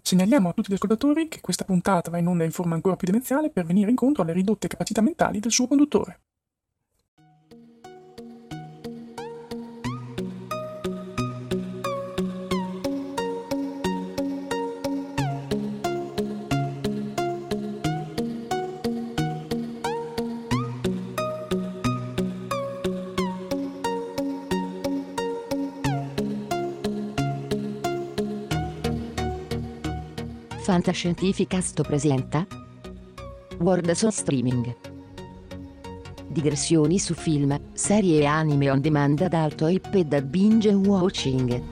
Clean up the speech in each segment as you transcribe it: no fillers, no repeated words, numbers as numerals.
Segnaliamo a tutti gli ascoltatori che questa puntata va in onda in forma ancora più demenziale per venire incontro alle ridotte capacità mentali del suo conduttore. Fantascientificast presenta Words on Streaming. Digressioni su film, serie e anime on demand ad alto hype e da binge watching.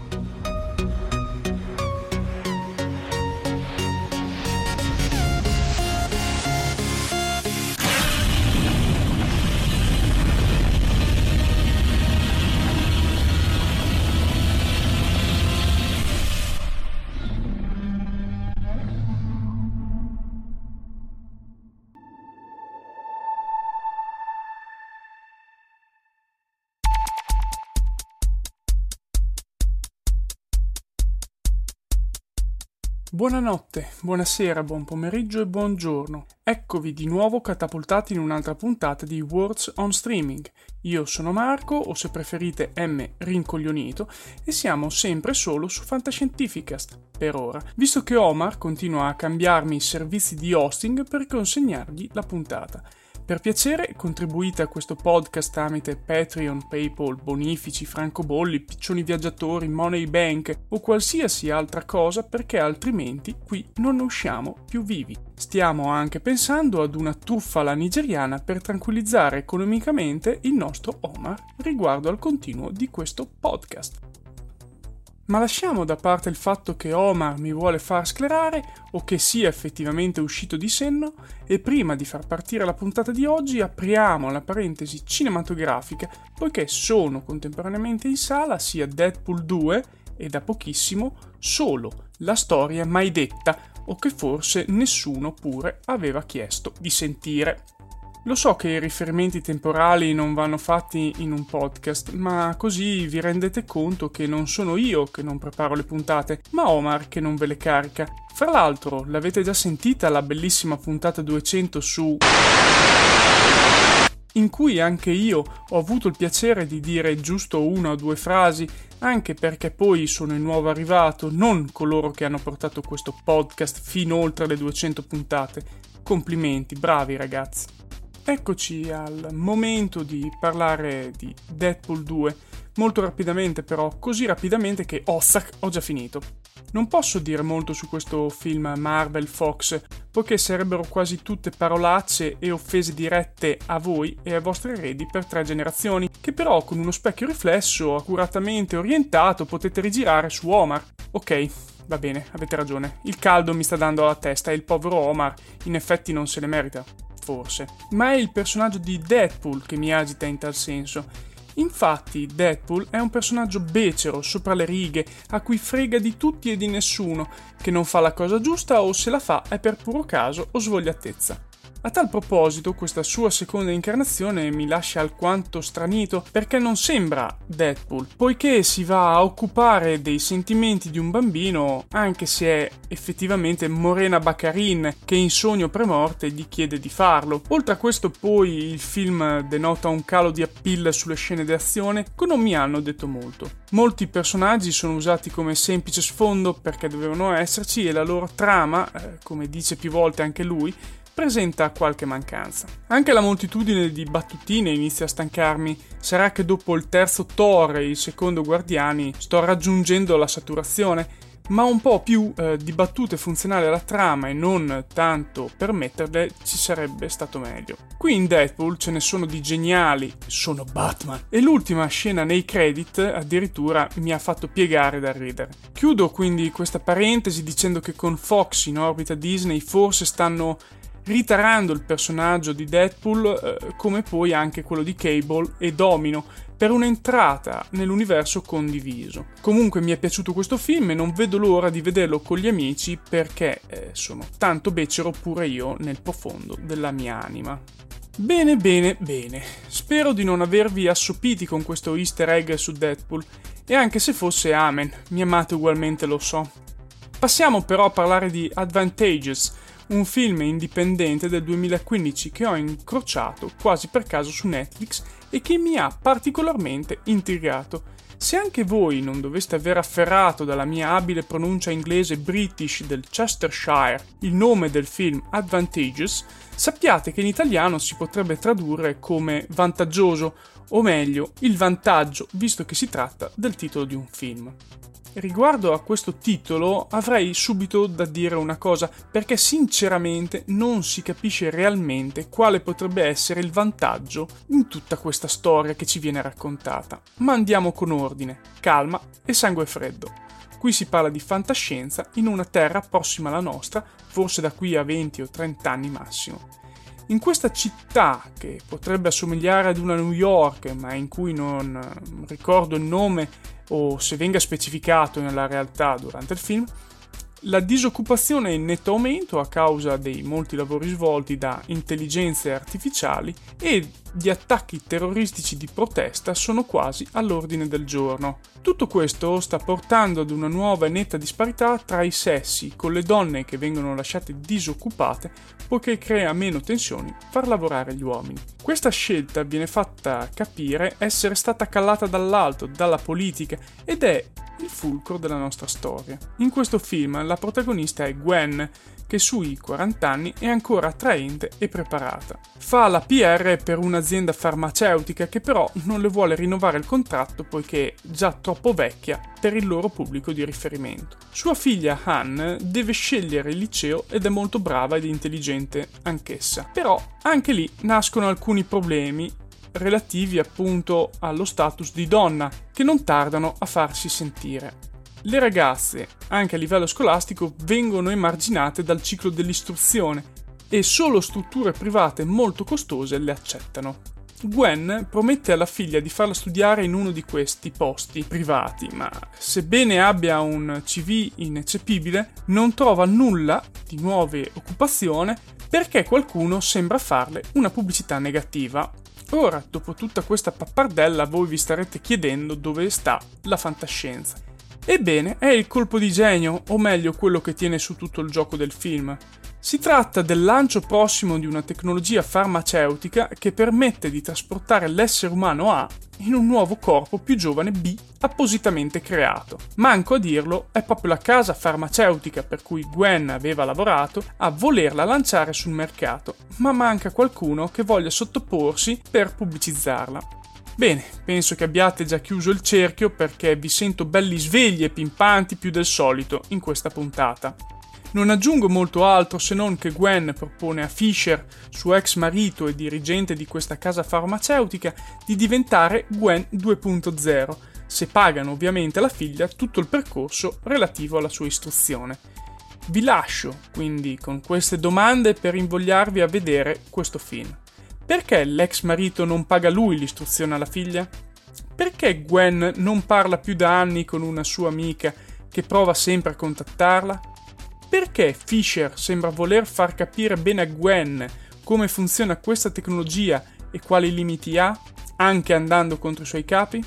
Buonanotte, buonasera, buon pomeriggio e buongiorno. Eccovi di nuovo catapultati in un'altra puntata di Words on Streaming. Io sono Marco, o se preferite M rincoglionito, e siamo sempre solo su Fantascientificast, per ora, visto che Omar continua a cambiarmi i servizi di hosting per consegnargli la puntata. Per piacere, contribuite a questo podcast tramite Patreon, PayPal, bonifici, francobolli, piccioni viaggiatori, Money Bank o qualsiasi altra cosa, perché altrimenti qui non ne usciamo più vivi. Stiamo anche pensando ad una truffa alla nigeriana per tranquillizzare economicamente il nostro Omar riguardo al continuo di questo podcast. Ma lasciamo da parte il fatto che Omar mi vuole far sclerare o che sia effettivamente uscito di senno, e prima di far partire la puntata di oggi apriamo la parentesi cinematografica, poiché sono contemporaneamente in sala sia Deadpool 2 e da pochissimo Solo, la storia mai detta, o che forse nessuno pure aveva chiesto di sentire. Lo so che i riferimenti temporali non vanno fatti in un podcast, ma così vi rendete conto che non sono io che non preparo le puntate, ma Omar che non ve le carica. Fra l'altro, l'avete già sentita la bellissima puntata 200 su... in cui anche io ho avuto il piacere di dire giusto una o due frasi, anche perché poi sono il nuovo arrivato, non coloro che hanno portato questo podcast fino oltre le 200 puntate. Complimenti, bravi ragazzi. Eccoci al momento di parlare di Deadpool 2, molto rapidamente però, così rapidamente che ho già finito. Non posso dire molto su questo film Marvel Fox, poiché sarebbero quasi tutte parolacce e offese dirette a voi e ai vostri eredi per 3 generazioni, che però con uno specchio riflesso accuratamente orientato potete rigirare su Omar. Ok, va bene, avete ragione, il caldo mi sta dando alla testa e il povero Omar in effetti non se le merita. Forse, ma è il personaggio di Deadpool che mi agita in tal senso. Infatti Deadpool è un personaggio becero, sopra le righe, a cui frega di tutti e di nessuno, che non fa la cosa giusta o se la fa è per puro caso o svogliatezza. A tal proposito, questa sua seconda incarnazione mi lascia alquanto stranito perché non sembra Deadpool, poiché si va a occupare dei sentimenti di un bambino, anche se è effettivamente Morena Baccarin che in sogno premorte gli chiede di farlo. Oltre a questo poi il film denota un calo di appeal sulle scene d'azione che non mi hanno detto molto. Molti personaggi sono usati come semplice sfondo perché dovevano esserci e la loro trama, come dice più volte anche lui, presenta qualche mancanza. Anche la moltitudine di battutine inizia a stancarmi. Sarà che dopo il terzo Thor e il secondo Guardiani sto raggiungendo la saturazione, ma un po' più di battute funzionali alla trama e non tanto per metterle ci sarebbe stato meglio. Qui in Deadpool ce ne sono di geniali, sono Batman, e l'ultima scena nei credit addirittura mi ha fatto piegare dal ridere. Chiudo quindi questa parentesi dicendo che con Fox in orbita Disney forse stanno ritarando il personaggio di Deadpool, come poi anche quello di Cable e Domino, per un'entrata nell'universo condiviso. Comunque mi è piaciuto questo film e non vedo l'ora di vederlo con gli amici perché sono tanto becero pure io nel profondo della mia anima. Bene, spero di non avervi assopiti con questo easter egg su Deadpool, e anche se fosse amen, mi amate ugualmente, lo so. Passiamo però a parlare di Advantageous, un film indipendente del 2015 che ho incrociato quasi per caso su Netflix e che mi ha particolarmente intrigato. Se anche voi non doveste aver afferrato dalla mia abile pronuncia inglese british del Chestershire il nome del film Advantageous, sappiate che in italiano si potrebbe tradurre come vantaggioso, o meglio, il vantaggio, visto che si tratta del titolo di un film. Riguardo a questo titolo avrei subito da dire una cosa, perché sinceramente non si capisce realmente quale potrebbe essere il vantaggio in tutta questa storia che ci viene raccontata. Ma andiamo con ordine, calma e sangue freddo. Qui si parla di fantascienza in una terra prossima alla nostra, forse da qui a 20 o 30 anni massimo. In questa città, che potrebbe assomigliare ad una New York, ma in cui non ricordo il nome o se venga specificato nella realtà durante il film, la disoccupazione è in netto aumento a causa dei molti lavori svolti da intelligenze artificiali e gli attacchi terroristici di protesta sono quasi all'ordine del giorno. Tutto questo sta portando ad una nuova e netta disparità tra i sessi, con le donne che vengono lasciate disoccupate poiché crea meno tensioni far lavorare gli uomini. Questa scelta viene fatta capire essere stata callata dall'alto, dalla politica, ed è il fulcro della nostra storia. In questo film la protagonista è Gwen, che sui 40 anni è ancora attraente e preparata. Fa la PR per un'azienda farmaceutica che però non le vuole rinnovare il contratto poiché è già troppo vecchia per il loro pubblico di riferimento. Sua figlia Han deve scegliere il liceo ed è molto brava ed intelligente anch'essa. Però anche lì nascono alcuni problemi relativi appunto allo status di donna, che non tardano a farsi sentire. Le ragazze, anche a livello scolastico, vengono emarginate dal ciclo dell'istruzione e solo strutture private molto costose le accettano. Gwen promette alla figlia di farla studiare in uno di questi posti privati, ma sebbene abbia un CV ineccepibile, non trova nulla di nuove occupazioni perché qualcuno sembra farle una pubblicità negativa. Ora, dopo tutta questa pappardella, voi vi starete chiedendo dove sta la fantascienza. Ebbene, è il colpo di genio, o meglio quello che tiene su tutto il gioco del film. Si tratta del lancio prossimo di una tecnologia farmaceutica che permette di trasportare l'essere umano A in un nuovo corpo più giovane B appositamente creato. Manco a dirlo, è proprio la casa farmaceutica per cui Gwen aveva lavorato a volerla lanciare sul mercato, ma manca qualcuno che voglia sottoporsi per pubblicizzarla. Bene, penso che abbiate già chiuso il cerchio perché vi sento belli svegli e pimpanti più del solito in questa puntata. Non aggiungo molto altro se non che Gwen propone a Fisher, suo ex marito e dirigente di questa casa farmaceutica, di diventare Gwen 2.0, se pagano ovviamente alla figlia tutto il percorso relativo alla sua istruzione. Vi lascio quindi con queste domande per invogliarvi a vedere questo film. Perché l'ex marito non paga lui l'istruzione alla figlia? Perché Gwen non parla più da anni con una sua amica che prova sempre a contattarla? Perché Fisher sembra voler far capire bene a Gwen come funziona questa tecnologia e quali limiti ha, anche andando contro i suoi capi?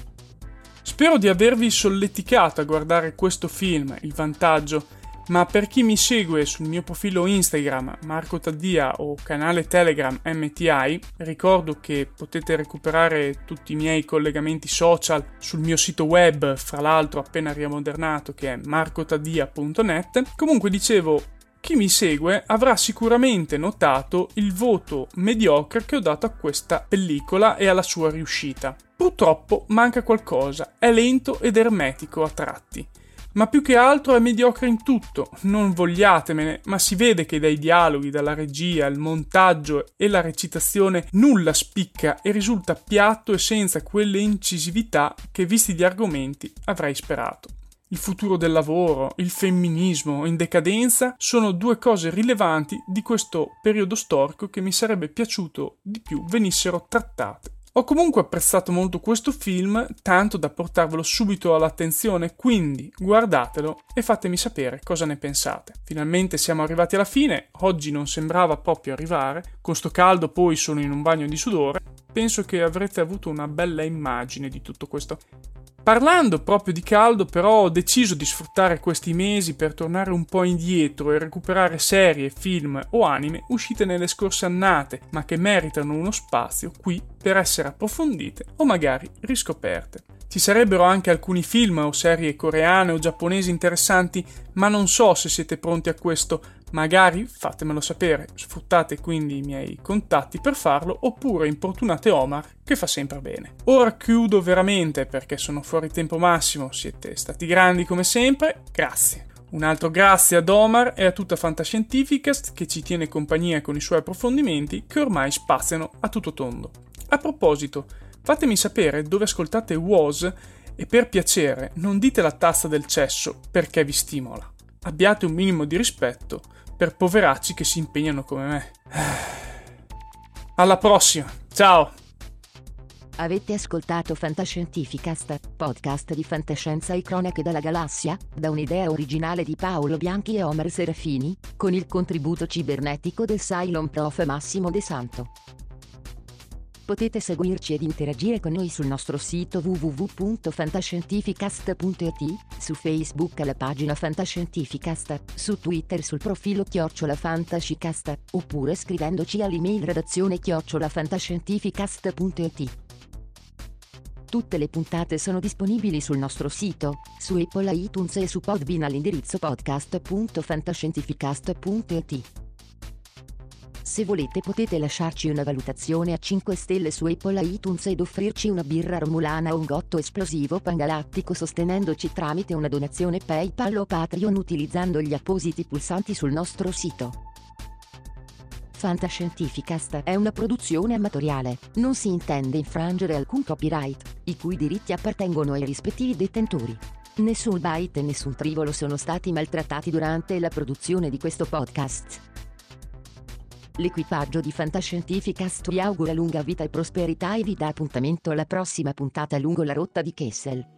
Spero di avervi solleticato a guardare questo film, Il Vantaggio, ma per chi mi segue sul mio profilo Instagram Marco Taddia o canale Telegram MTI, ricordo che potete recuperare tutti i miei collegamenti social sul mio sito web, fra l'altro appena riammodernato, che è marcotaddia.net. Comunque dicevo, chi mi segue avrà sicuramente notato il voto mediocre che ho dato a questa pellicola e alla sua riuscita. Purtroppo manca qualcosa, è lento ed ermetico a tratti. Ma più che altro è mediocre in tutto, non vogliatemene, ma si vede che dai dialoghi, dalla regia, il montaggio e la recitazione nulla spicca e risulta piatto e senza quelle incisività che, visti gli argomenti, avrei sperato. Il futuro del lavoro, il femminismo in decadenza sono due cose rilevanti di questo periodo storico che mi sarebbe piaciuto di più venissero trattate. Ho comunque apprezzato molto questo film, tanto da portarvelo subito all'attenzione, quindi guardatelo e fatemi sapere cosa ne pensate. Finalmente siamo arrivati alla fine, oggi non sembrava proprio arrivare, con sto caldo poi sono in un bagno di sudore, penso che avrete avuto una bella immagine di tutto questo. Parlando proprio di caldo, però, ho deciso di sfruttare questi mesi per tornare un po' indietro e recuperare serie, film o anime uscite nelle scorse annate, ma che meritano uno spazio qui per essere approfondite o magari riscoperte. Ci sarebbero anche alcuni film o serie coreane o giapponesi interessanti, ma non so se siete pronti a questo. Magari fatemelo sapere, sfruttate quindi i miei contatti per farlo oppure importunate Omar che fa sempre bene. Ora chiudo veramente perché sono fuori tempo massimo, siete stati grandi come sempre, grazie. Un altro grazie ad Omar e a tutta Fantascientificast che ci tiene compagnia con i suoi approfondimenti che ormai spaziano a tutto tondo. A proposito, fatemi sapere dove ascoltate WOS e per piacere non dite la tazza del cesso perché vi stimola. Abbiate un minimo di rispetto per poveracci che si impegnano come me. Alla prossima, ciao! Avete ascoltato Fantascientificast, podcast di fantascienza e cronache dalla galassia, da un'idea originale di Paolo Bianchi e Omar Serafini, con il contributo cibernetico del Cylon Prof Massimo De Santo. Potete seguirci ed interagire con noi sul nostro sito www.fantascientificast.it, su Facebook alla pagina Fantascientificast, su Twitter sul profilo @fantascicast, oppure scrivendoci all'email redazione@fantascientificast.it. Tutte le puntate sono disponibili sul nostro sito, su Apple iTunes e su Podbean all'indirizzo podcast.fantascientificast.it. Se volete potete lasciarci una valutazione a 5 stelle su Apple iTunes ed offrirci una birra romulana o un gotto esplosivo pangalattico sostenendoci tramite una donazione PayPal o Patreon utilizzando gli appositi pulsanti sul nostro sito. Fantascientificast è una produzione amatoriale, non si intende infrangere alcun copyright, i cui diritti appartengono ai rispettivi detentori. Nessun byte e nessun trivolo sono stati maltrattati durante la produzione di questo podcast. L'equipaggio di Fantascientificast vi augura lunga vita e prosperità e vi dà appuntamento alla prossima puntata lungo la rotta di Kessel.